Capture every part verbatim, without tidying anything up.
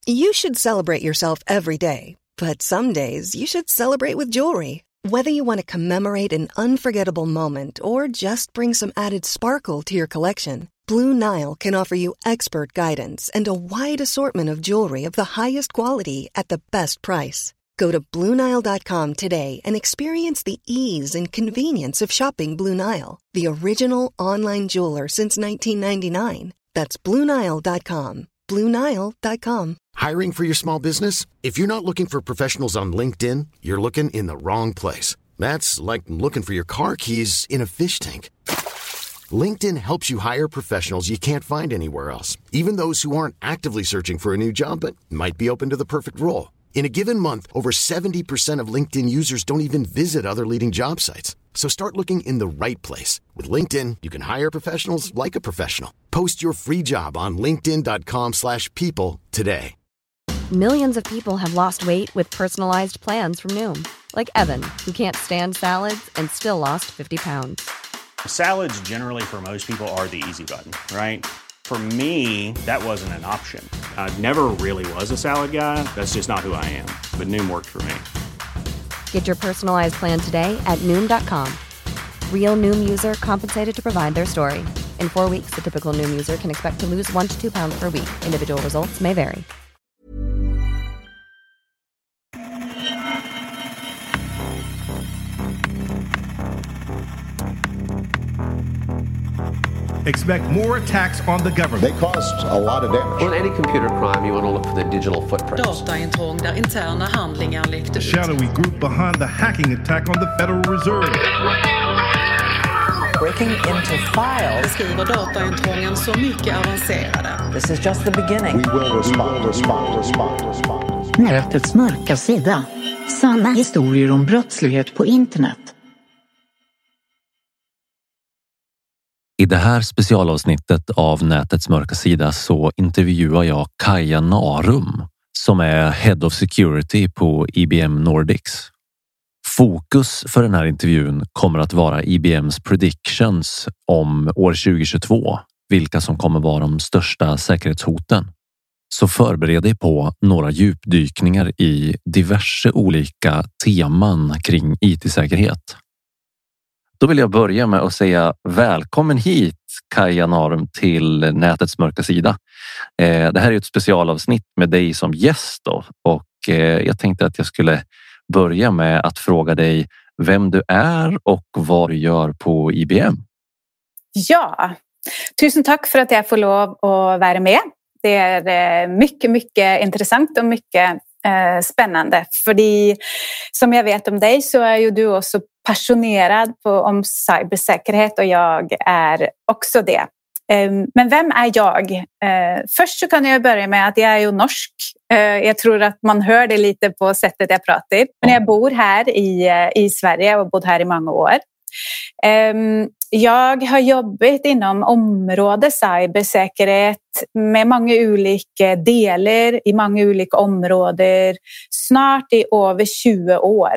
You should celebrate yourself every day, but some days you should celebrate with jewelry. Whether you want to commemorate an unforgettable moment or just bring some added sparkle to your collection, Blue Nile can offer you expert guidance and a wide assortment of jewelry of the highest quality at the best price. Go to Blue Nile dot com today and experience the ease and convenience of shopping Blue Nile, the original online jeweler since nineteen ninety-nine. That's Blue Nile dot com. Blue Nile dot com. Hiring for your small business? If you're not looking for professionals on LinkedIn, you're looking in the wrong place. That's like looking for your car keys in a fish tank. LinkedIn helps you hire professionals you can't find anywhere else, even those who aren't actively searching for a new job but might be open to the perfect role. In a given month, over seventy percent of LinkedIn users don't even visit other leading job sites. So start looking in the right place. With LinkedIn, you can hire professionals like a professional. Post your free job on linkedin dot com slash people today. Millions of people have lost weight with personalized plans from Noom. Like Evan, who can't stand salads and still lost fifty pounds. Salads generally for most people are the easy button, right? For me, that wasn't an option. I never really was a salad guy. That's just not who I am. But Noom worked for me. Get your personalized plan today at Noom dot com. Real Noom user compensated to provide their story. In four weeks, the typical Noom user can expect to lose one to two pounds per week. Individual results may vary. Expect more attacks on the government. They caused a lot of damage. On any computer crime, you want to look for the digital footprints. Dataintrång där interna handlingar läckte ut. Shadowy group behind the hacking attack on the Federal Reserve. Breaking into files. Beskriver dataintrången så mycket avancerade. This is just the beginning. We will respond, we will respond, respond, respond. Nätets mörka sida. Sanna historier om brottslighet på internet. I det här specialavsnittet av Nätets mörka sida så intervjuar jag Kaja Narum som är Head of Security på I B M Nordics. Fokus för den här intervjun kommer att vara I B M:s predictions om år tjugohundratjugotvå, vilka som kommer vara de största säkerhetshoten. Så förbered dig på några djupdykningar i diverse olika teman kring I T-säkerhet. Då vill jag börja med att säga välkommen hit Kaja Narum till Nätets mörka sida. Eh, det här är ett specialavsnitt med dig som gäst då, och eh, jag tänkte att jag skulle börja med att fråga dig vem du är och vad du gör på I B M. Ja, tusen tack för att jag får lov att vara med. Det är mycket, mycket intressant och mycket eh, spännande. För som jag vet om dig så är ju du också passionerad på, om cybersäkerhet och jag är också det. Men vem är jag? Först så kan jag börja med att jag är ju norsk. Jag tror att man hör det lite på sättet jag pratar. Men jag bor här i, i Sverige och har bott här i många år. Jag har jobbat inom området cybersäkerhet med många olika delar i många olika områden snart i över tjugo år.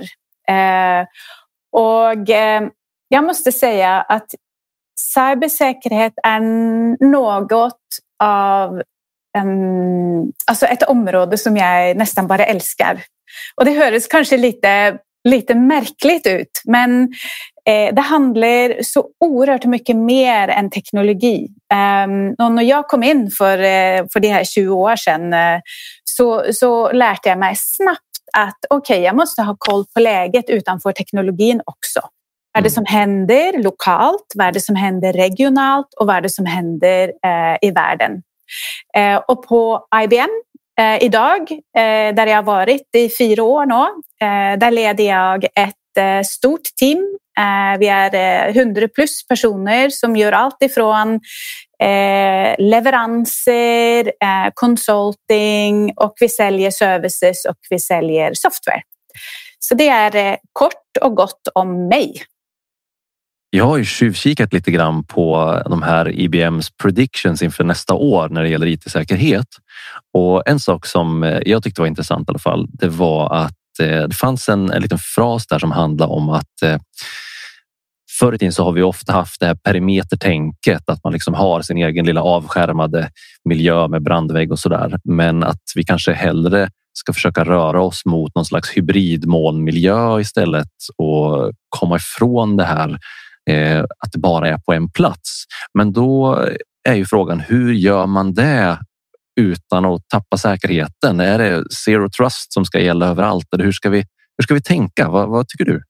Och jag måste säga att cybersäkerhet är något av um, alltså ett område som jag nästan bara älskar. Och det hörs kanske lite, lite märkligt ut, men eh, det handlar så oerhört mycket mer än teknologi. Um, och när jag kom in för, för de här tjugo år sedan eh, så, så lärde jag mig snabbt att okej, okay, jag måste ha koll på läget utanför teknologin också. Vad är det som händer lokalt? Vad är det som händer regionalt? Och vad är det som händer eh, i världen? Eh, och på I B M eh, idag, eh, där jag har varit i fyra år nu, eh, där leder jag ett eh, stort team. Eh, vi är eh, hundra plus personer som gör allt ifrån eh, leveranser, eh, consulting och vi säljer services och vi säljer software. Så det är eh, kort och gott om mig. Jag har ju tjuvkikat lite grann på de här I B M:s predictions inför nästa år när det gäller I T-säkerhet. Och en sak som jag tyckte var intressant i alla fall, det var att det fanns en, en liten fras där som handlade om att förr i tiden så har vi ofta haft det här perimetertänket, att man liksom har sin egen lilla avskärmade miljö med brandvägg och sådär. Men att vi kanske hellre ska försöka röra oss mot någon slags hybridmolnmiljö istället och komma ifrån det här eh, att det bara är på en plats. Men då är ju frågan, hur gör man det utan att tappa säkerheten? Är det zero trust som ska gälla överallt? Eller hur ska vi, hur ska vi tänka? Vad, vad tycker du?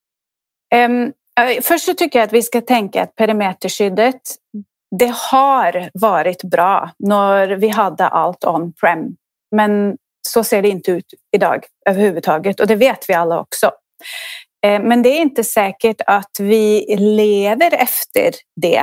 Um, först så tycker jag att vi ska tänka att perimeterskyddet, det har varit bra när vi hade allt on-prem. Men så ser det inte ut idag överhuvudtaget, och det vet vi alla också. Um, men det är inte säkert att vi lever efter det.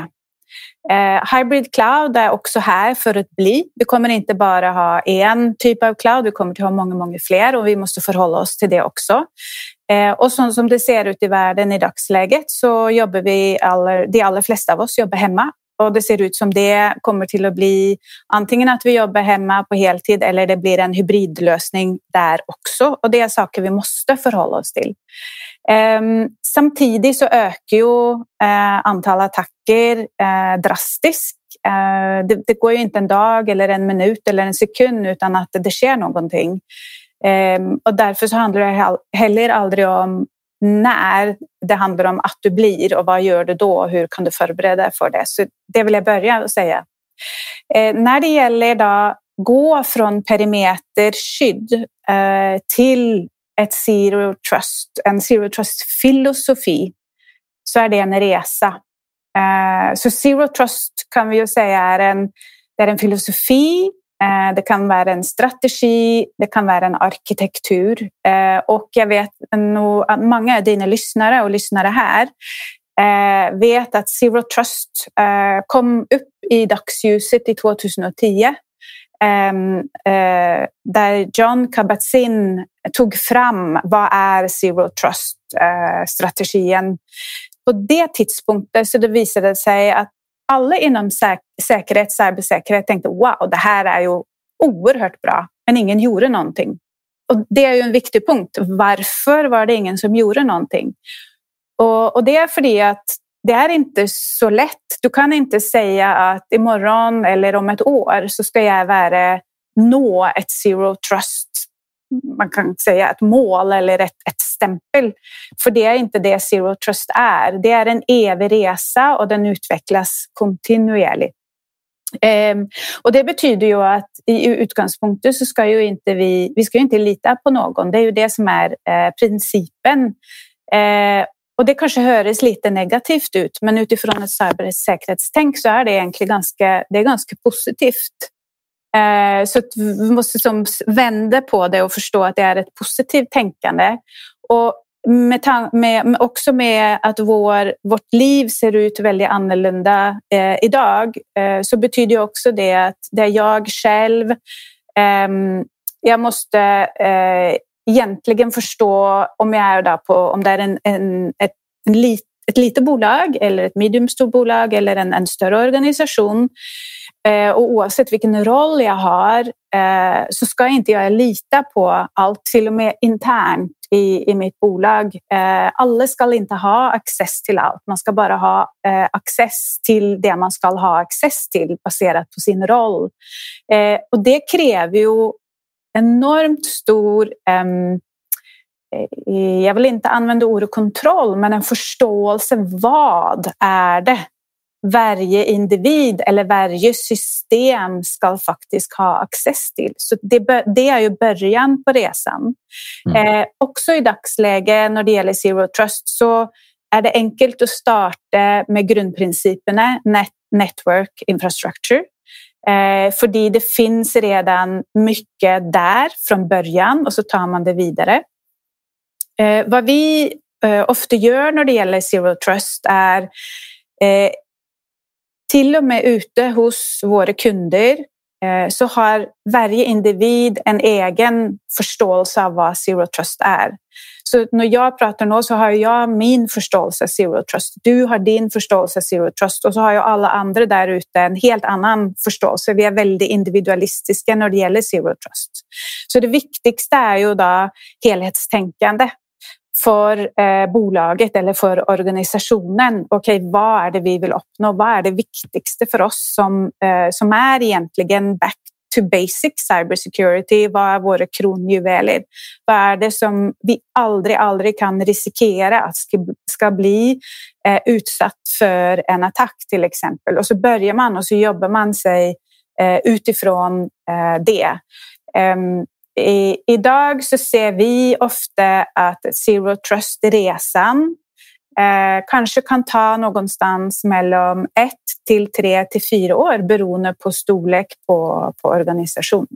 Uh, hybrid cloud är också här för att bli. Vi kommer inte bara ha en typ av cloud, vi kommer att ha många, många fler, och vi måste förhålla oss till det också. Uh, och så som det ser ut i världen i dagsläget så jobbar vi, alla, de allra flesta av oss jobbar hemma. Och det ser ut som det kommer till att bli antingen att vi jobbar hemma på heltid eller det blir en hybridlösning där också. Och det är saker vi måste förhålla oss till. Um, samtidigt så ökar ju uh, antalet attacker uh, drastiskt. Uh, det, det går ju inte en dag eller en minut eller en sekund utan att det sker någonting. Um, och därför så handlar det heller aldrig om när, det handlar om att du blir och vad gör du då, hur kan du förbereda dig för det. Så det vill jag börja att säga. Uh, när det gäller då gå från perimeterskydd uh, till ett zero trust, en zero trust filosofi, så är det en resa. Uh, så zero trust kan vi ju säga är en, det är en filosofi, uh, det kan vara en strategi, det kan vara en arkitektur. Uh, och jag vet nog att många av dina lyssnare och lyssnare här uh, vet att zero trust uh, kom upp i dagsljuset i tjugohundratio. Um, uh, där John Kabat-Zinn tog fram vad är zero trust uh, strategin. På det tidspunkten så det visade sig att alla inom säk- säkerhet, cybersäkerhet tänkte wow, det här är ju oerhört bra, men ingen gjorde någonting. Och det är ju en viktig punkt. Varför var det ingen som gjorde någonting? Och, och det är för att det är inte så lätt. Du kan inte säga att imorgon eller om ett år så ska jag vara nå ett zero trust. Man kan säga ett mål eller ett, ett stämpel. För det är inte det zero trust är. Det är en evig resa och den utvecklas kontinuerligt. Um, och det betyder ju att i utgångspunkter så ska ju inte vi, vi ska ju inte lita på någon. Det är ju det som är uh, principen. Uh, Och det kanske hörs lite negativt ut, men utifrån ett cybersäkerhetstänk så är det egentligen ganska, det är ganska positivt. Eh, så att vi måste som vända på det och förstå att det är ett positivt tänkande. Och med, med, med, också med att vår, vårt liv ser ut väldigt annorlunda eh, idag, eh, så betyder också det att det är jag själv, eh, jag måste eh, egentligen förstå om jag är där på, om det är en, en, ett, en lit, ett litet bolag eller ett mediumstort bolag eller en, en större organisation. Eh, och oavsett vilken roll jag har eh, så ska inte jag lita på allt, till och med internt i, i mitt bolag. Eh, alla ska inte ha access till allt. Man ska bara ha eh, access till det man ska ha access till baserat på sin roll. Eh, och det kräver ju enormt stor, um, jag vill inte använda ordet kontroll, men en förståelse, vad är det varje individ eller varje system ska faktiskt ha access till. Så det, det är ju början på resan. Mm. Eh, också i dagsläget när det gäller zero trust så är det enkelt att starta med grundprinciperna net, network infrastructure. Eh, fordi det finns redan mycket där från början och så tar man det vidare. Eh, vad vi eh, ofta gör när det gäller zero trust är eh, till och med ute hos våra kunder eh, så har varje individ en egen förståelse av vad zero trust är. Så när jag pratar nu så har jag min förståelse av zero trust. Du har din förståelse av zero trust och så har jag alla andra där ute en helt annan förståelse. Vi är väldigt individualistiska när det gäller zero trust. Så det viktigaste är ju då helhetstänkande. för eh, bolaget eller för organisationen. Okej, okay, vad är det vi vill uppnå? Vad är det viktigaste för oss som, eh, som är egentligen back to basic cybersecurity? Vad är våra kronjuveler? Vad är det som vi aldrig, aldrig kan riskera att ska, ska bli eh, utsatt för en attack till exempel? Och så börjar man och så jobbar man sig eh, utifrån eh, det. Um, i, idag så ser vi ofta att Zero Trust-resan eh, kanske kan ta någonstans mellan ett till tre till fyra år beroende på storlek på, på organisation.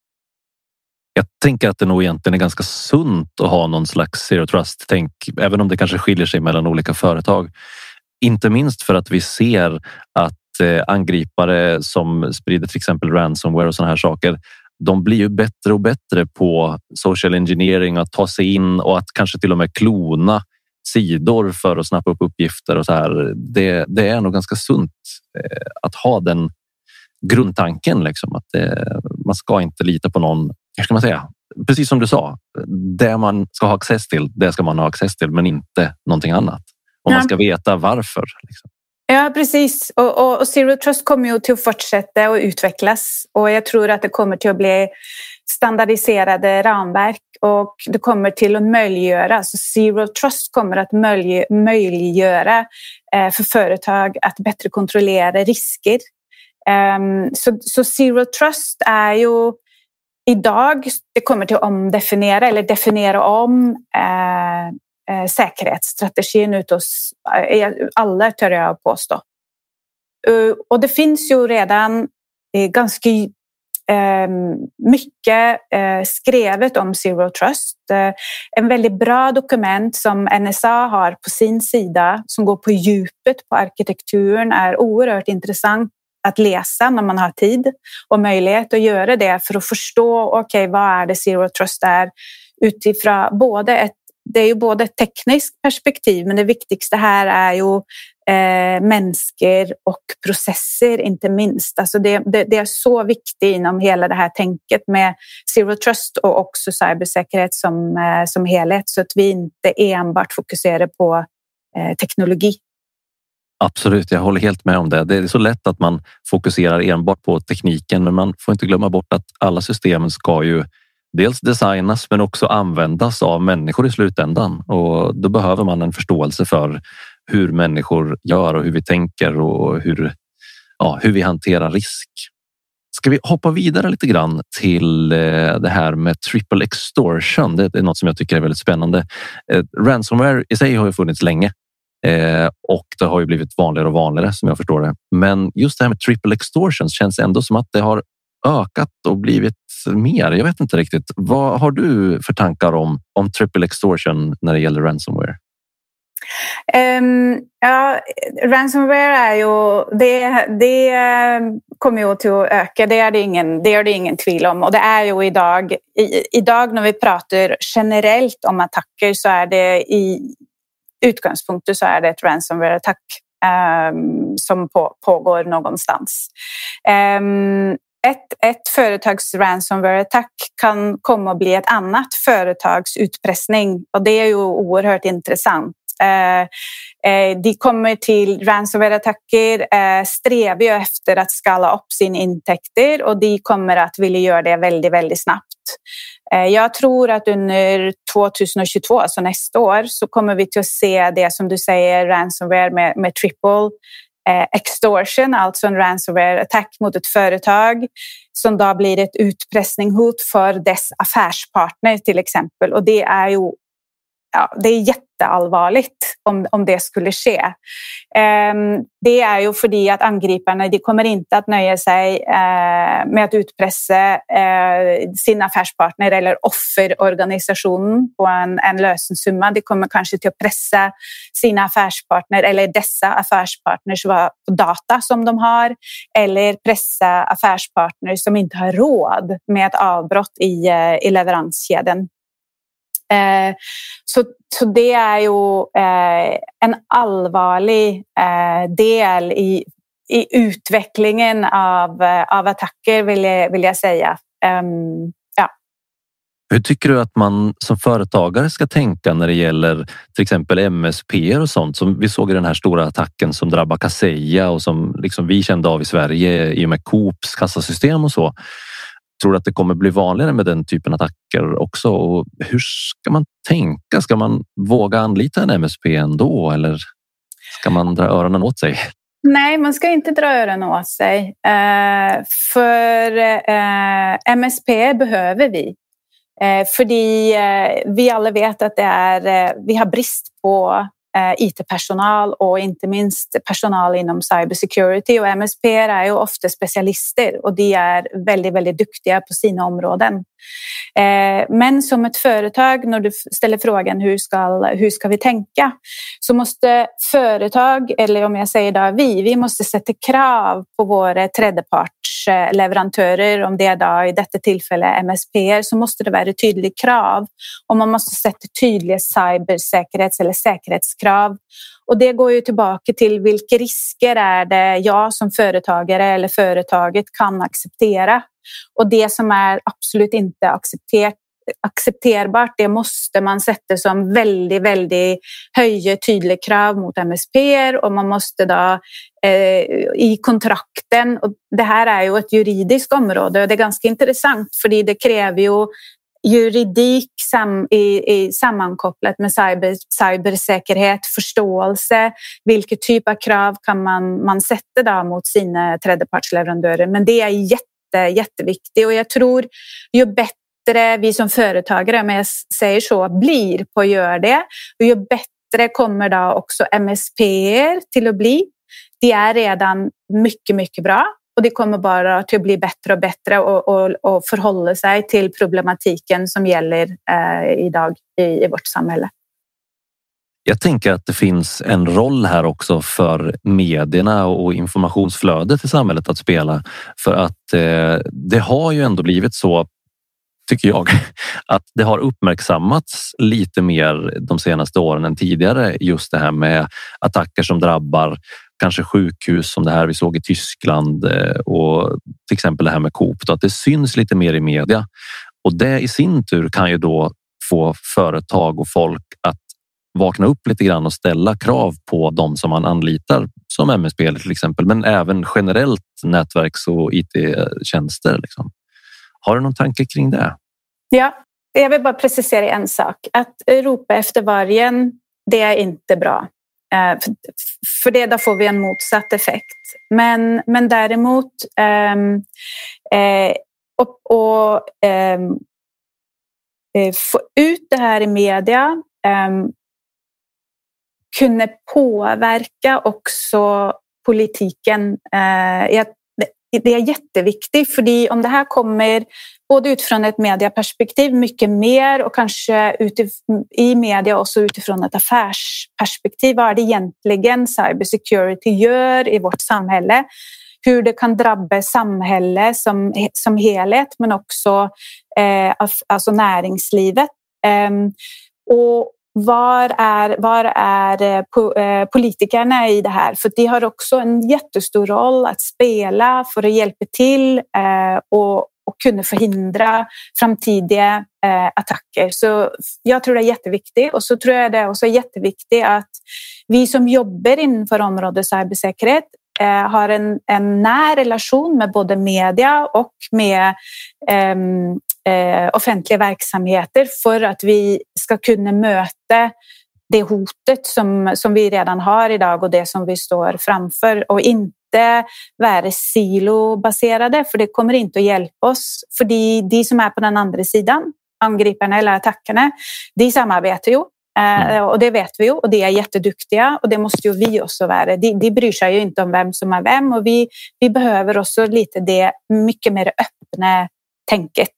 Jag tänker att det nog egentligen är ganska sunt att ha någon slags Zero Trust-tänk, även om det kanske skiljer sig mellan olika företag. Inte minst för att vi ser att eh, angripare som sprider till exempel ransomware och såna här saker, de blir ju bättre och bättre på social engineering, att ta sig in och att kanske till och med klona sidor för att snappa upp uppgifter och så här. Det, det är nog ganska sunt eh, att ha den grundtanken liksom, att det, man ska inte lita på någon, hur ska man säga? Precis som du sa, det man ska ha access till, det ska man ha access till, men inte någonting annat. Och ja. Man ska veta varför. Liksom. Ja, precis. Och, och, och Zero Trust kommer ju till att fortsätta och utvecklas. Och jag tror att det kommer till att bli standardiserade ramverk och det kommer till att möjliggöra. Så Zero Trust kommer att möjlig, möjliggöra eh, för företag att bättre kontrollera risker. Um, så, så Zero Trust är ju idag, det kommer till att omdefiniera eller definiera om eh, eh, säkerhetsstrategin ut hos eh, alla, tör jag påstå. Uh, och det finns ju redan eh, ganska eh, mycket eh, skrivet om Zero Trust. Eh, en väldigt bra dokument som N S A har på sin sida som går på djupet på arkitekturen är oerhört intressant att läsa när man har tid och möjlighet att göra det för att förstå okej, okay, vad är det Zero Trust är utifrån både ett, det är ju både ett tekniskt perspektiv, men det viktigaste här är ju eh, människor och processer inte minst. Alltså det, det, det är så viktigt inom hela det här tänket med Zero Trust och också cybersäkerhet som, eh, som helhet, så att vi inte enbart fokuserar på eh, teknologi. Absolut, jag håller helt med om det. Det är så lätt att man fokuserar enbart på tekniken, men man får inte glömma bort att alla systemen ska ju dels designas men också användas av människor i slutändan. Och då behöver man en förståelse för hur människor gör och hur vi tänker och hur, ja, hur vi hanterar risk. Ska vi hoppa vidare lite grann till det här med triple extortion? Det är något som jag tycker är väldigt spännande. Ransomware i sig har ju funnits länge. Eh, och det har ju blivit vanligare och vanligare som jag förstår det. Men just det här med triple extortion känns ändå som att det har ökat och blivit mer. Jag vet inte riktigt. Vad har du för tankar om, om triple extortion när det gäller ransomware? Um, ja, ransomware är ju det, det kommer ju till att öka. Det är det ingen, det är det ingen tvivel om. Och det är ju idag, i, idag när vi pratar generellt om attacker så är det i utgångspunkter så är det ett ransomware-attack um, som på, pågår någonstans. Um, ett, ett företags ransomware-attack kan komma att bli ett annat företags utpressning och det är ju oerhört intressant. Uh, uh, de kommer till ransomware-attacker uh, strävar ju efter att skala upp sina intäkter och de kommer att vilja göra det väldigt, väldigt snabbt. Jag tror att under tjugohundratjugotvå, alltså nästa år, så kommer vi till att se det som du säger, ransomware med, med triple eh, extortion, alltså en ransomware-attack mot ett företag som då blir ett utpressningshot för dess affärspartner till exempel. Och det är ju ja, det är jätteallvarligt om, om det skulle ske. Um, det är ju för att angriparna de kommer inte att nöja sig uh, med att utpressa uh, sin affärspartner eller offerorganisationen på en, en lösensumma. De kommer kanske till att pressa sina affärspartner eller dessa affärspartners data som de har eller pressa affärspartner som inte har råd med ett avbrott i, uh, i leveranskedjan. Eh, så, så det är ju eh, en allvarlig eh, del i, i utvecklingen av, av attacker vill jag, vill jag säga. Um, ja. Hur tycker du att man som företagare ska tänka när det gäller till exempel M S P och sånt? Som vi såg i den här stora attacken som drabbar Kaseya och som liksom vi kände av i Sverige i och med Coops kassasystem och så. Tror du att det kommer bli vanligare med den typen av attacker också? Och hur ska man tänka? Ska man våga anlita en M S P ändå eller ska man dra öronen åt sig? Nej, man ska inte dra öronen åt sig. Uh, för uh, M S P behöver vi. Uh, fordi uh, vi alla vet att det är, uh, vi har brist på uh, I T-personal och inte minst personal inom cybersecurity. Och M S P är ju ofta specialister och de är väldigt, väldigt duktiga på sina områden. Uh, men som ett företag, när du ställer frågan hur ska, hur ska vi tänka, så måste företag, eller om jag säger då vi, vi måste sätta krav på våra tredjepartsleverantörer, om det är då i detta tillfälle M S P, så måste det vara tydliga krav och man måste sätta tydliga cybersäkerhets- eller säkerhetskrav. Och det går ju tillbaka till vilka risker är det jag som företagare eller företaget kan acceptera. Och det som är absolut inte accepterat accepterbart, det måste man sätta som väldigt, väldigt höga tydliga krav mot M S P och man måste då eh, i kontrakten, och det här är ju ett juridiskt område och det är ganska intressant för det kräver ju juridik sam, i, i sammankopplat med cyber, cybersäkerhet, förståelse, vilken typ av krav kan man, man sätta då mot sina tredjepartsleverantörer, men det är jätte, jätteviktigt och jag tror ju bättre vi som företagare, men jag säger så, blir på att göra det, och ju bättre kommer då också M S P till att bli. De är redan mycket, mycket bra och det kommer bara till att bli bättre och bättre och, och, och förhålla sig till problematiken som gäller eh, idag i, i vårt samhälle. Jag tänker att det finns en roll här också för medierna och informationsflödet i samhället att spela, för att eh, det har ju ändå blivit så, tycker jag, att det har uppmärksammats lite mer de senaste åren än tidigare, just det här med attacker som drabbar kanske sjukhus som det här vi såg i Tyskland och till exempel det här med Coop, att det syns lite mer i media och det i sin tur kan ju då få företag och folk att vakna upp lite grann och ställa krav på de som man anlitar som M S P till exempel, men även generellt nätverks- och I T-tjänster liksom. Har du någon tanke kring det? Ja, jag vill bara precisera en sak. Att ropa efter vargen, det är inte bra. För det då får vi en motsatt effekt. Men, men däremot ähm, äh, och, och ähm, få ut det här i media, ähm, kunna påverka också politiken. Äh, jag, Det är jätteviktigt, för om det här kommer både utifrån ett medieperspektiv mycket mer och kanske utifrån, i media också utifrån ett affärsperspektiv, vad är det egentligen cybersecurity gör i vårt samhälle, hur det kan drabba samhället som, som helhet men också eh, alltså näringslivet. Eh, och Var är, var är politikerna i det här? För de har också en jättestor roll att spela för att hjälpa till eh, och, och kunna förhindra framtida eh, attacker. Så jag tror det är jätteviktigt. Och så tror jag det är också jätteviktigt att vi som jobbar inför området cybersäkerhet eh, har en, en nära relation med både media och med eh, Eh, offentliga verksamheter för att vi ska kunna möta det hotet som, som vi redan har idag och det som vi står framför och inte vara silobaserade, för det kommer inte att hjälpa oss. För de, de som är på den andra sidan, angriparna eller attackerna, de samarbetar ju eh, och det vet vi ju och de är jätteduktiga och det måste ju vi också vara. De, de bryr sig ju inte om vem som är vem och vi, vi behöver också lite det mycket mer öppna tänket.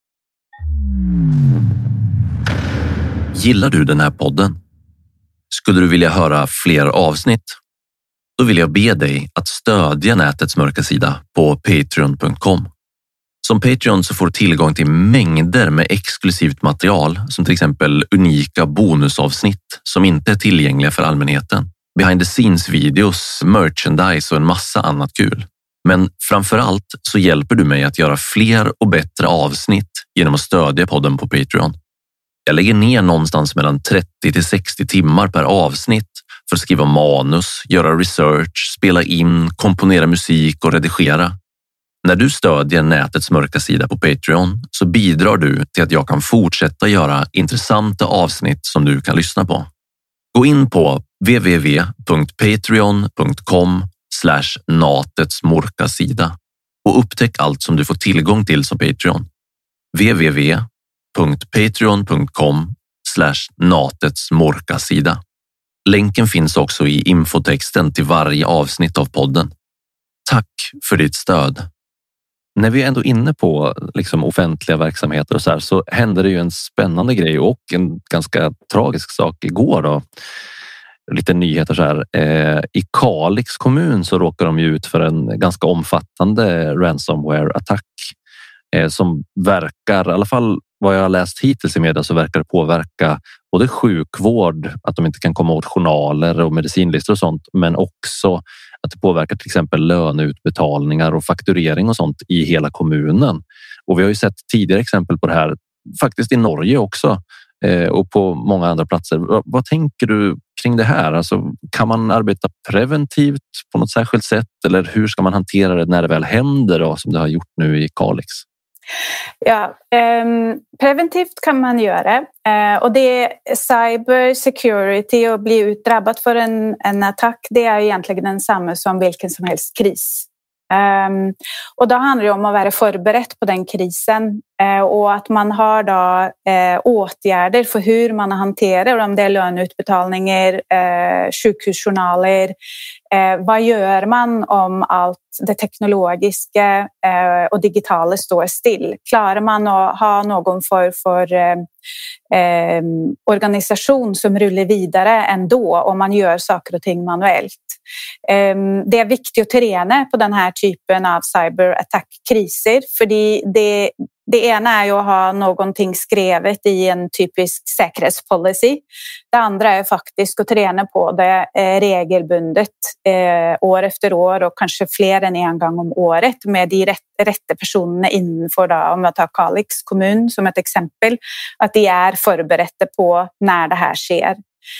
Gillar du den här podden? Skulle du vilja höra fler avsnitt? Då vill jag be dig att stödja Nätets mörka sida på patreon punkt com. Som Patreon så får du tillgång till mängder med exklusivt material som till exempel unika bonusavsnitt som inte är tillgängliga för allmänheten. Behind the scenes videos, merchandise och en massa annat kul. Men framförallt så hjälper du mig att göra fler och bättre avsnitt genom att stödja podden på Patreon. Jag lägger ner någonstans mellan trettio till sextio timmar per avsnitt för att skriva manus, göra research, spela in, komponera musik och redigera. När du stödjer nätets mörka sida på Patreon så bidrar du till att jag kan fortsätta göra intressanta avsnitt som du kan lyssna på. Gå in på w w w punkt patreon punkt com slash natets mörka sida och upptäck allt som du får tillgång till som Patreon. w w w punkt patreon punkt com slash natets mörka sida. Länken finns också i infotexten till varje avsnitt av podden. Tack för ditt stöd. När vi är ändå inne på liksom offentliga verksamheter och så här, så hände det ju en spännande grej och en ganska tragisk sak igår då. Lite nyheter så här. Eh, I Kalix kommun så råkar de ju ut för en ganska omfattande ransomware-attack eh, som verkar, i alla fall vad jag har läst hittills i media, så verkar det påverka både sjukvård, att de inte kan komma åt journaler och medicinlistor och sånt, men också att det påverkar till exempel löneutbetalningar och fakturering och sånt i hela kommunen. Och vi har ju sett tidigare exempel på det här, faktiskt i Norge också eh, och på många andra platser. Vad, vad tänker du kring det här? Alltså, kan man arbeta preventivt på något särskilt sätt, eller hur ska man hantera det när det väl händer då, som det har gjort nu i Kalix? Ja, eh, preventivt kan man göra eh, och det är cyber security och bli utdrabbad för en, en attack, det är egentligen densamma som vilken som helst kris. Um, och då handlar det om att vara förberedd på den krisen uh, och att man har då uh, åtgärder för hur man hanterar, om det är löneutbetalningar, uh, sjukhusjournaler. Uh, vad gör man om allt det teknologiska uh, och digitala står still? Klarar man att ha någon form för uh, uh, organisation som rullar vidare ändå om man gör saker och ting manuellt? Um, det är viktigt att träna på den här typen av cyberattack-kriser, för det, det ena är ju att ha någonting skrivet i en typisk säkerhetspolicy. Det andra är faktiskt att träna på det eh, regelbundet eh, år efter år och kanske fler än en gång om året med de rätt, rätta personerna inför, då, om jag tar Kalix kommun som ett exempel, att de är förberedda på när det här sker.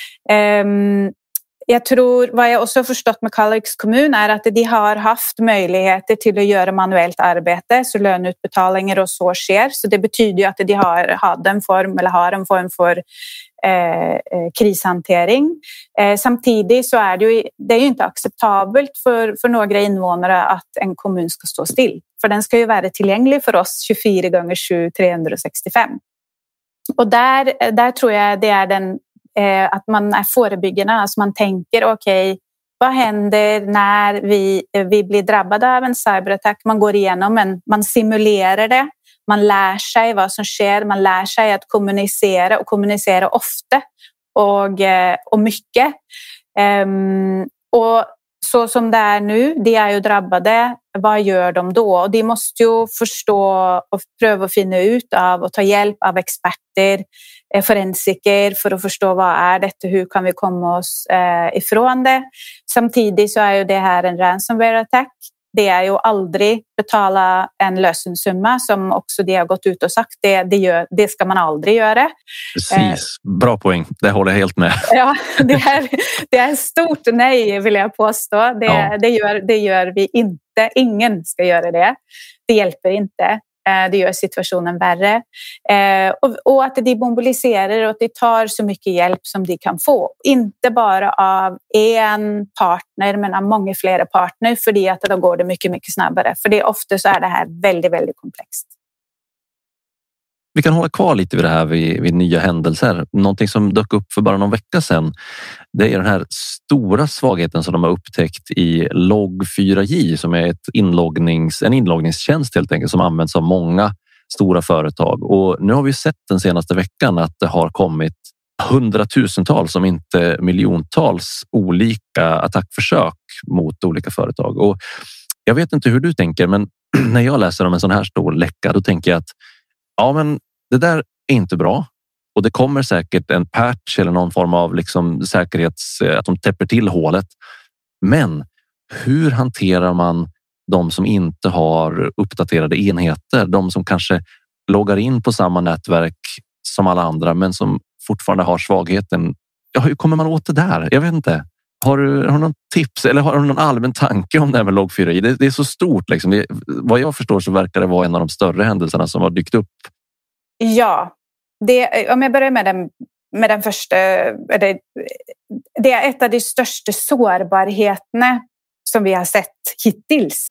Um, Jag tror, vad jag också har förstått med Kalix kommun är att de har haft möjligheter till att göra manuellt arbete, så löneutbetalningar och så sker. Så det betyder ju att de har, hade en form, eller har en form för eh, krishantering. Eh, samtidigt så är det ju, det är ju inte acceptabelt för, för några invånare att en kommun ska stå still. För den ska ju vara tillgänglig för oss tjugofyra gånger sju, trehundrasextiofem. Och där, där tror jag det är den att man är förebyggande, alltså man tänker okej, okay, vad händer när vi, vi blir drabbade av en cyberattack? Man går igenom en, man simulerar det, man lär sig vad som sker, man lär sig att kommunicera och kommunicera ofta och, och mycket. Um, och så som det är nu, de är ju drabbade, vad gör de då? Och de måste ju förstå och pröva att finna ut av och ta hjälp av experter, forensiker för att förstå vad är detta, hur kan vi komma oss eh, ifrån det. Samtidigt så är ju det här en ransomware attack. Det är ju aldrig betala en lösensumma som också de har gått ut och sagt. Det, det, gör, det ska man aldrig göra. Precis, bra poäng. Det håller jag helt med. Ja, det är, det är stort nej vill jag påstå. Det, ja. det, gör, det gör vi inte. Ingen ska göra det. Det hjälper inte. Det gör situationen värre. Och att de mobiliserar och att de tar så mycket hjälp som de kan få. Inte bara av en partner men av många fler partner, för att då går det mycket, mycket snabbare. För det ofta så är det här väldigt, väldigt komplext. Vi kan hålla kvar lite vid det här vid, vid nya händelser. Någonting som dök upp för bara någon vecka sedan, det är den här stora svagheten som de har upptäckt i log fyra j, som är ett inloggnings, en inloggningstjänst helt enkelt som används av många stora företag. Och nu har vi sett den senaste veckan att det har kommit hundratusentals, om inte miljontals olika attackförsök mot olika företag. Och jag vet inte hur du tänker, men när jag läser om en sån här stor läcka, då tänker jag att ja, men det där är inte bra. Och det kommer säkert en patch eller någon form av liksom säkerhets... att de täpper till hålet. Men hur hanterar man de som inte har uppdaterade enheter, de som kanske loggar in på samma nätverk som alla andra men som fortfarande har svagheten. Ja, hur kommer man åt det där? Jag vet inte. Har du, har du någon tips eller har du någon allmän tanke om det här med log fyra i? Det, det är så stort liksom. Det, vad jag förstår så verkar det vara en av de större händelserna som har dykt upp. Ja, det, om jag börjar med den, med den första. Det, det är ett av de största sårbarheterna som vi har sett hittills.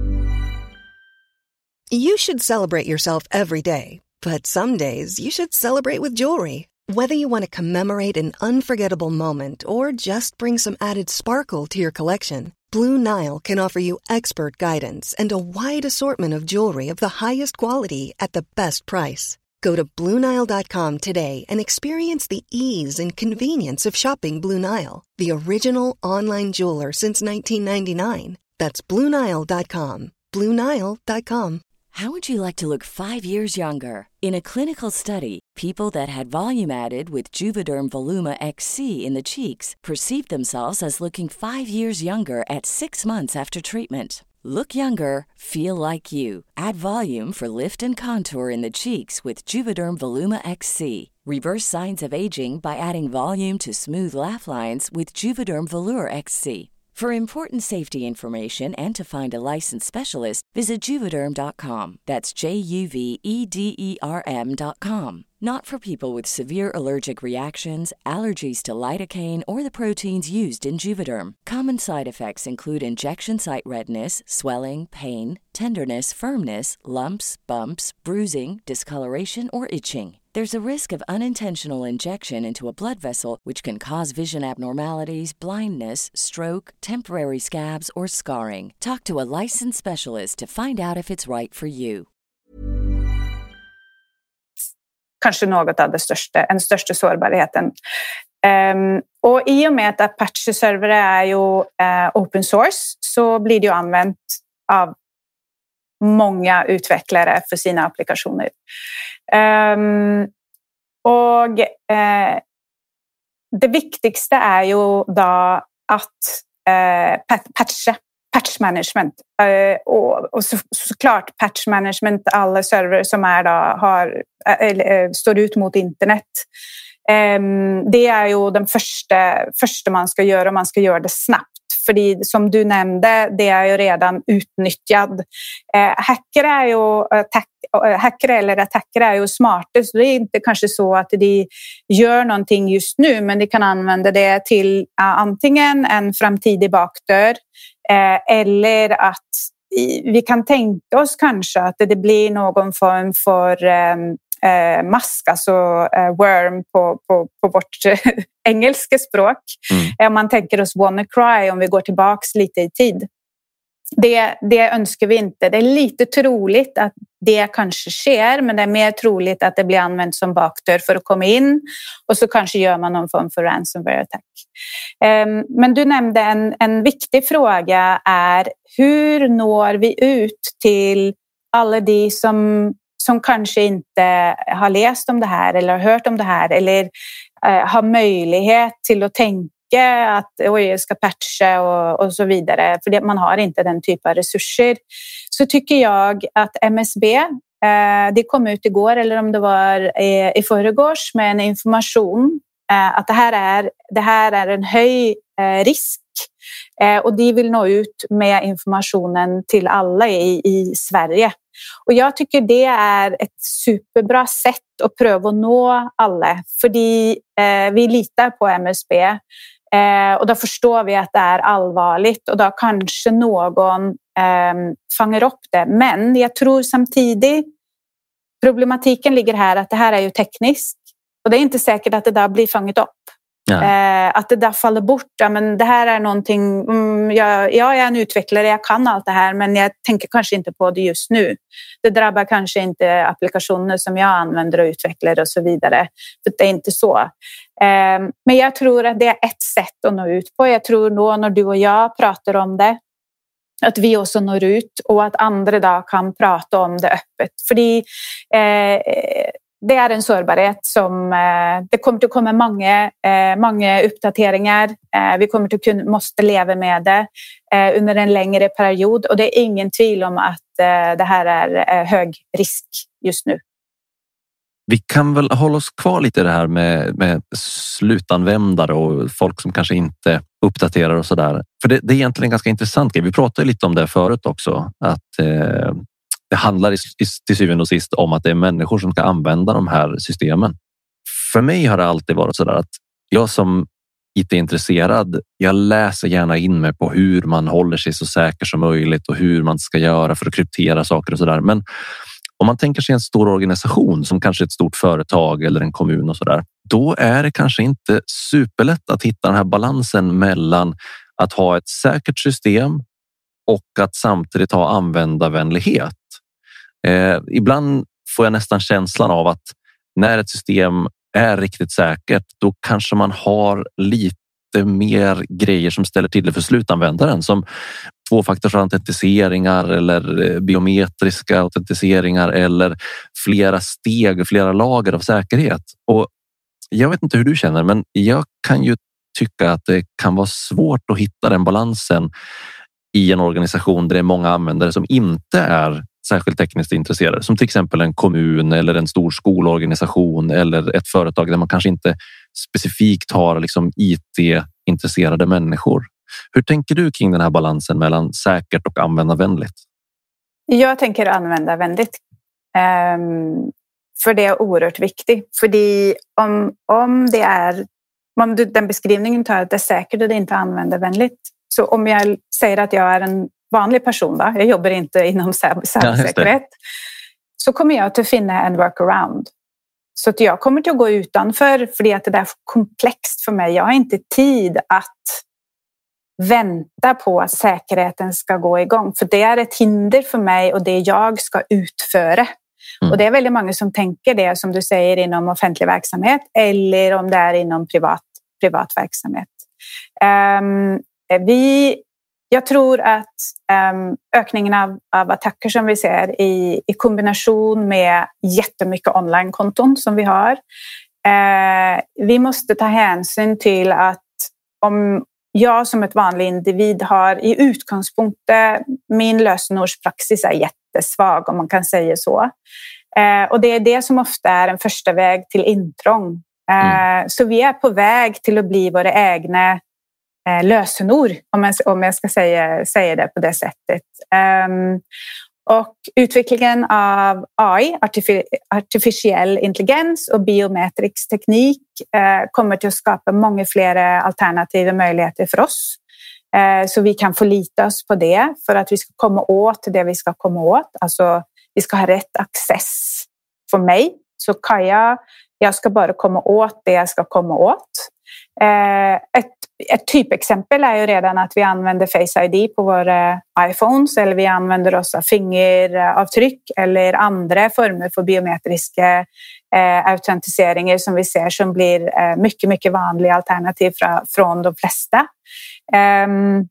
You should celebrate yourself every day, but some days you should celebrate with jewelry. Whether you want to commemorate an unforgettable moment or just bring some added sparkle to your collection, Blue Nile can offer you expert guidance and a wide assortment of jewelry of the highest quality at the best price. Go to blue nile dot com today and experience the ease and convenience of shopping Blue Nile, the original online jeweler since nineteen ninety-nine. That's blue nile dot com. blue nile dot com. How would you like to look five years younger? In a clinical study, people that had volume added with Juvederm Voluma X C in the cheeks perceived themselves as looking five years younger at six months after treatment. Look younger, feel like you. Add volume for lift and contour in the cheeks with Juvederm Voluma X C. Reverse signs of aging by adding volume to smooth laugh lines with Juvederm Volure X C. For important safety information and to find a licensed specialist, visit Juvederm dot com. That's J U V E D E R M dot com. Not for people with severe allergic reactions, allergies to lidocaine, or the proteins used in Juvederm. Common side effects include injection site redness, swelling, pain, tenderness, firmness, lumps, bumps, bruising, discoloration, or itching. There's a risk of unintentional injection into a blood vessel, which can cause vision abnormalities, blindness, stroke, temporary scabs, or scarring. Talk to a licensed specialist to find out if it's right for you. Kanske något av det största, den största sårbarheten. Um, och i och med att Apache-servrar är ju uh, open source så blir det ju använt av många utvecklare för sina applikationer. Um, och uh, det viktigaste är ju då att uh, patcha, patch management. Uh, och, och så, såklart patch management, alla server som är då, har, uh, står ut mot internet. Um, det är ju den första, första man ska göra, man ska göra det snabbt. För som du nämnde, det är ju redan utnyttjad. Eh, hacker är ju attack, hacker eller attacker är ju smarta, så det är inte kanske så att de gör någonting just nu, men de kan använda det till uh, antingen en framtidig bakdörr eh, eller att i, vi kan tänka oss kanske att det blir någon form för um, Eh, mask, alltså eh, worm på, på, på vårt eh, engelska språk. Mm. Eh, om man tänker oss WannaCry, om vi går tillbaks lite i tid. Det, det önskar vi inte. Det är lite troligt att det kanske sker, men det är mer troligt att det blir använt som bakdörr för att komma in, och så kanske gör man någon form för ransomware attack. Eh, men du nämnde en, en viktig fråga är hur når vi ut till alla de som som kanske inte har läst om det här eller har hört om det här eller eh, har möjlighet till att tänka att oj, jag ska patcha och, och så vidare, för det, man har inte den typen av resurser. Så tycker jag att M S B, eh, det kom ut igår eller om det var eh, i förrgårs med en information eh, att det här är, det här är en hög eh, risk. Eh, och de vill nå ut med informationen till alla i, i Sverige. Och jag tycker det är ett superbra sätt att pröva att nå alla. För eh, vi litar på M S B eh, och då förstår vi att det är allvarligt. Och då kanske någon eh, fångar upp det. Men jag tror samtidigt problematiken ligger här att det här är ju tekniskt. Och det är inte säkert att det där blir fångat upp. Ja. Eh, att det där faller bort. Ja, men det här är någonting, mm, jag, jag är en utvecklare, jag kan allt det här, men jag tänker kanske inte på det just nu. Det drabbar kanske inte applikationer som jag använder och utvecklar och så vidare. För det är inte så. Eh, men jag tror att det är ett sätt att nå ut på. Jag tror då när du och jag pratar om det, att vi också når ut och att andra då kan prata om det öppet. För eh, det är en sårbarhet som eh, det kommer att komma många, eh, många uppdateringar. Eh, vi kommer att kunna, måste leva med det eh, under en längre period. Och det är ingen tvivel om att eh, det här är eh, hög risk just nu. Vi kan väl hålla oss kvar lite i det här med, med slutanvändare och folk som kanske inte uppdaterar och sådär. För det, det är egentligen en ganska intressant grej. Vi pratade lite om det förut också. Att eh, det handlar i, i, till syvende och sist om att det är människor som ska använda de här systemen. För mig har det alltid varit sådär att jag som I T-intresserad, jag läser gärna in mig på hur man håller sig så säker som möjligt och hur man ska göra för att kryptera saker och sådär. Men om man tänker sig en stor organisation som kanske ett stort företag eller en kommun och sådär, då är det kanske inte superlätt att hitta den här balansen mellan att ha ett säkert system och att samtidigt ha användarvänlighet. Eh, ibland får jag nästan känslan av att när ett system är riktigt säkert, då kanske man har lite mer grejer som ställer till det för slutanvändaren, som tvåfaktorsautentiseringar eller biometriska autentiseringar eller flera steg, flera lager av säkerhet. Och jag vet inte hur du känner, men jag kan ju tycka att det kan vara svårt att hitta den balansen i en organisation där det är många användare som inte är särskilt tekniskt intresserade, som till exempel en kommun eller en stor skolorganisation eller ett företag där man kanske inte specifikt har liksom I T-intresserade människor. Hur tänker du kring den här balansen mellan säkert och användarvänligt? Jag tänker användarvänligt. Um, för det är oerhört viktigt. För om, om det är, om du, den beskrivningen tar att det är säkert och det är inte användarvänligt. Så om jag säger att jag är en vanlig person, då, jag jobbar inte inom cybersäkerhet, ja, så kommer jag att finna en workaround. Så att jag kommer att gå utanför, för att det är för komplext för mig. Jag har inte tid att vänta på att säkerheten ska gå igång. För det är ett hinder för mig och det jag ska utföra. Mm. Och det är väldigt många som tänker det, som du säger, inom offentlig verksamhet eller om det är inom privat, privat verksamhet. Um, vi, jag tror att um, ökningen av, av attacker som vi ser i, i kombination med jättemycket online-konton som vi har. Uh, vi måste ta hänsyn till att om jag som ett vanlig individ har i utgångspunkter, min lösenordspraxis är jättesvag, om man kan säga så. Eh, och det är det som ofta är en första väg till intrång. Eh, mm. Så vi är på väg till att bli våra egna eh, lösenord, om jag, om jag ska säga, säga det på det sättet. Um, och utvecklingen av A I, artificiell intelligens och biometrisk teknik eh, kommer till att skapa många fler alternativa möjligheter för oss. Eh, så vi kan förlita oss på det för att vi ska komma åt det vi ska komma åt. Alltså vi ska ha rätt access. För mig så kan jag, jag ska bara komma åt det jag ska komma åt. Eh, ett, ett typexempel är ju redan att vi använder Face I D på våra iPhones, eller vi använder oss av fingeravtryck eller andra former för biometriska eh, autentiseringar som vi ser som blir eh, mycket, mycket vanliga alternativ fra, från de flesta. Eh,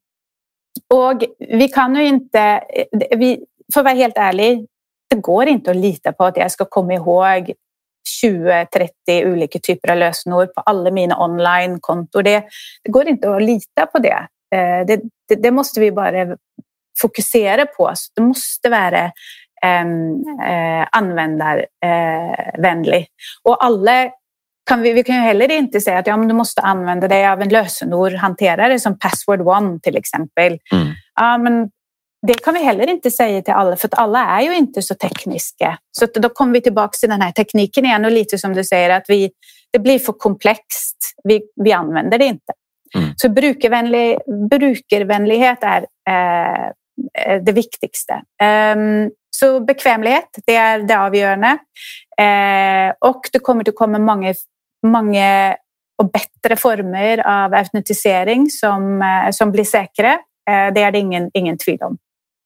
och vi kan ju inte, vi, för att vara helt ärlig, det går inte att lita på att jag ska komma ihåg tjugo trettio olika typer av lösenord på alla mina online-kontor. Det, det går inte att lita på det. Det, det. det måste vi bara fokusera på. Så det måste vara um, uh, användarvänlig. Uh, och alla kan vi, vi kan ju heller inte säga att ja, men du måste använda dig av en lösenordhanterare som Password One till exempel. Mm. Ja, men det kan vi heller inte säga till alla, för att alla är ju inte så tekniska. Så då kommer vi tillbaka till den här tekniken igen och lite som du säger att vi, det blir för komplext. Vi, vi använder det inte. Mm. Så brukarvänlig, brukarvänlighet är eh, det viktigaste. Um, så bekvämlighet, det är det avgörande. Eh, och det kommer att komma många, många och bättre former av autentisering som, som blir säkra. Eh, det är det ingen, ingen tvivel om.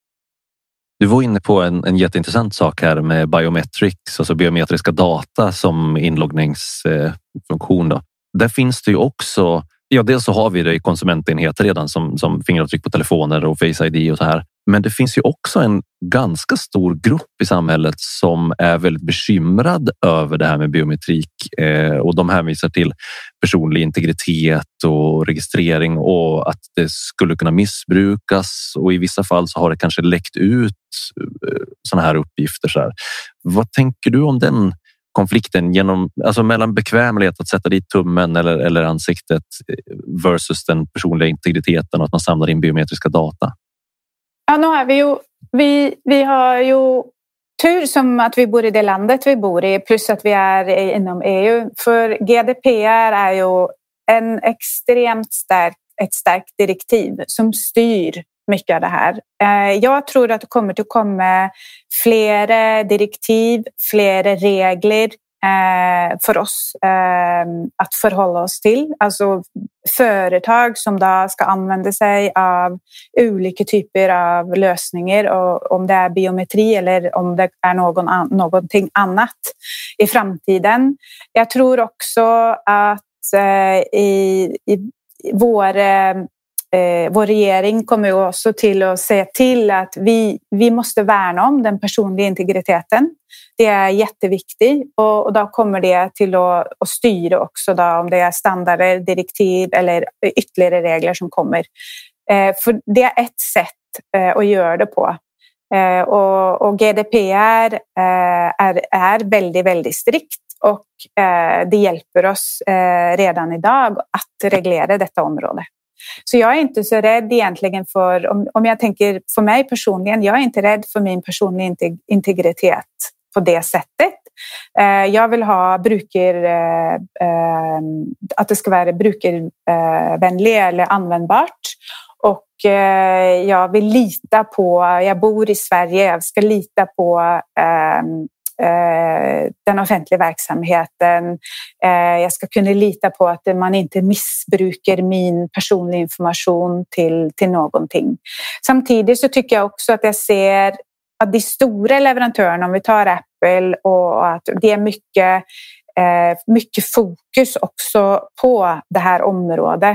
Du var inne på en, en jätteintressant sak här med biometrics, alltså biometriska data som inloggningsfunktion. Då. Där finns det ju också, ja dels så har vi det i konsumentenheter redan som, som fingeravtryck på telefoner och Face I D och så här. Men det finns ju också en ganska stor grupp i samhället som är väldigt bekymrad över det här med biometrik eh, och de hänvisar till personlig integritet och registrering och att det skulle kunna missbrukas, och i vissa fall så har det kanske läckt ut eh, såna här uppgifter. Så här. Vad tänker du om den konflikten genom, alltså mellan bekvämlighet att sätta dit tummen eller, eller ansiktet versus den personliga integriteten och att man samlar in biometriska data? Ja, nu har vi ju vi, vi har ju tur som att vi bor i det landet vi bor i, plus att vi är inom E U. För G D P R är ju en extremt stark, ett starkt direktiv som styr mycket av det här. Jag tror att det kommer att komma flera direktiv, flera regler för oss att förhålla oss till. Alltså företag som då ska använda sig av olika typer av lösningar, och om det är biometri eller om det är någon an- någonting annat i framtiden. Jag tror också att i, i våra Eh, vår regering kommer ju också till att säga till att vi, vi måste värna om den personliga integriteten. Det är jätteviktigt, och, och då kommer det till att, att styra också då, om det är standarder, direktiv eller ytterligare regler som kommer. Eh, för det är ett sätt eh, att göra det på. Eh, och, och G D P R eh, är, är väldigt, väldigt strikt, och eh, det hjälper oss eh, redan idag att reglera detta område. Så jag är inte så rädd egentligen för, om, om jag tänker för mig personligen, jag är inte rädd för min personliga integritet på det sättet. Eh, jag vill ha brukar, eh, eh, att det ska vara brukarvänligt eh, eller användbart. Och eh, jag vill lita på, jag bor i Sverige, jag ska lita på eh, den offentliga verksamheten. Jag ska kunna lita på att man inte missbrukar min personliga information till, till någonting. Samtidigt så tycker jag också att jag ser att de stora leverantörerna, om vi tar Apple, och att det är mycket, mycket fokus också på det här området.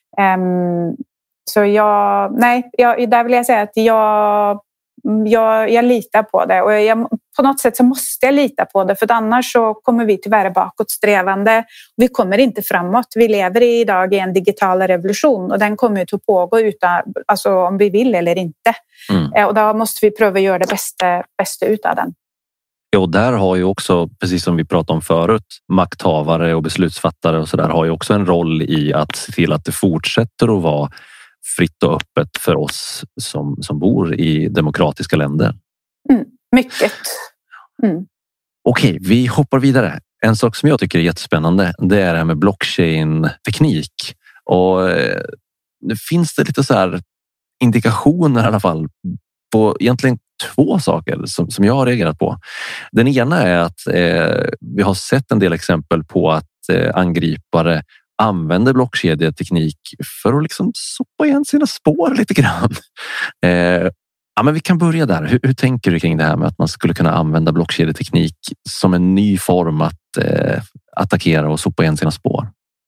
Så jag, nej, jag, där vill jag säga att jag Jag, jag litar på det, och jag, på något sätt så måste jag lita på det, för annars så kommer vi tyvärr bakåtsträvande. Vi kommer inte framåt. Vi lever idag i en digital revolution, och den kommer att pågå utan, alltså om vi vill eller inte. Mm. Och då måste vi pröva göra det bästa, bästa ut av den. Ja, och där har ju också, precis som vi pratade om förut, makthavare och beslutsfattare och så där har ju också en roll i att se till att det fortsätter att vara fritt och öppet för oss som, som bor i demokratiska länder. Mm, mycket. Mm. Okej, vi hoppar vidare. En sak som jag tycker är jättespännande, det är det här med blockchain-teknik. Och det finns det lite så här indikationer i alla fall på egentligen två saker som, som jag har reagerat på. Den ena är att eh, vi har sett en del exempel på att eh, angripare använder blockkedjeteknik för att liksom sopa igen sina spår lite grann. Eh, ja, men vi kan börja där. Hur, hur tänker du kring det här med att man skulle kunna använda blockkedjeteknik som en ny form att eh, attackera och sopa igen sina spår?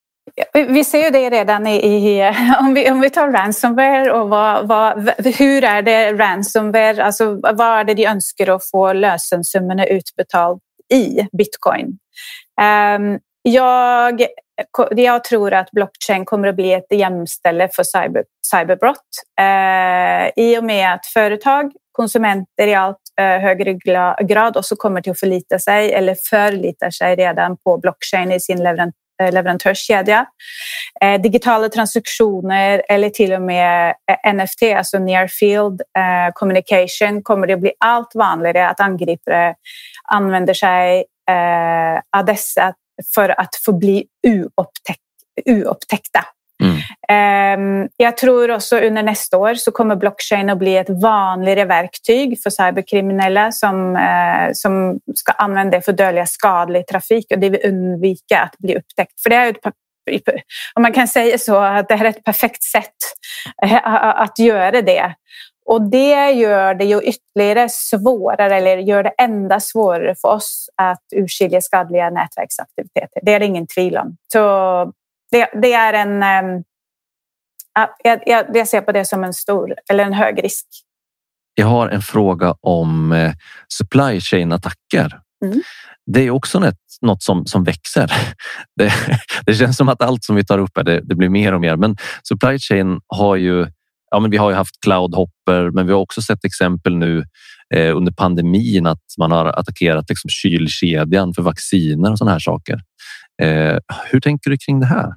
Vi ser ju det redan i, i om, vi, om vi tar ransomware och vad, vad, hur är det ransomware, alltså vad är det de önskar att få lösensummorna utbetalt i bitcoin. Um, jag, jag tror att blockchain kommer att bli ett jämställe för cyber, cyberbrott uh, i och med att företag, konsumenter i allt uh, högre grad också kommer till att förlita sig eller förlitar sig redan på blockchain i sin leverantör leverantörskedja. Eh, digitala transaktioner eller till och med eh, N F T, alltså near field eh, communication, kommer det att bli allt vanligare att angripare använder sig eh, av dessa för att få bli oupptäck, oupptäckta. Mm. Eh, jag tror också under nästa år så kommer blockchain att bli ett vanligare verktyg för cyberkriminella som, eh, som ska använda det för att dölja skadlig trafik, och det vill undvika att bli upptäckt. För det är ett, om man kan säga så, att det här är ett perfekt sätt eh, att göra det. Och det gör det ju ytterligare svårare, eller gör det ända svårare för oss att urskilja skadliga nätverksaktiviteter. Det är det ingen tvivel om. Så Det, det är en, um, jag, jag, jag ser på det som en stor eller en hög risk. Jag har en fråga om eh, supply chain-attacker. Mm. Det är också något, något som, som växer. Det, det känns som att allt som vi tar upp är det, det blir mer och mer. Men supply chain har ju, ja, men vi har ju haft cloudhopper, men vi har också sett exempel nu eh, under pandemin att man har attackerat liksom, kylkedjan för vacciner och sådana här saker. Eh, hur tänker du kring det här?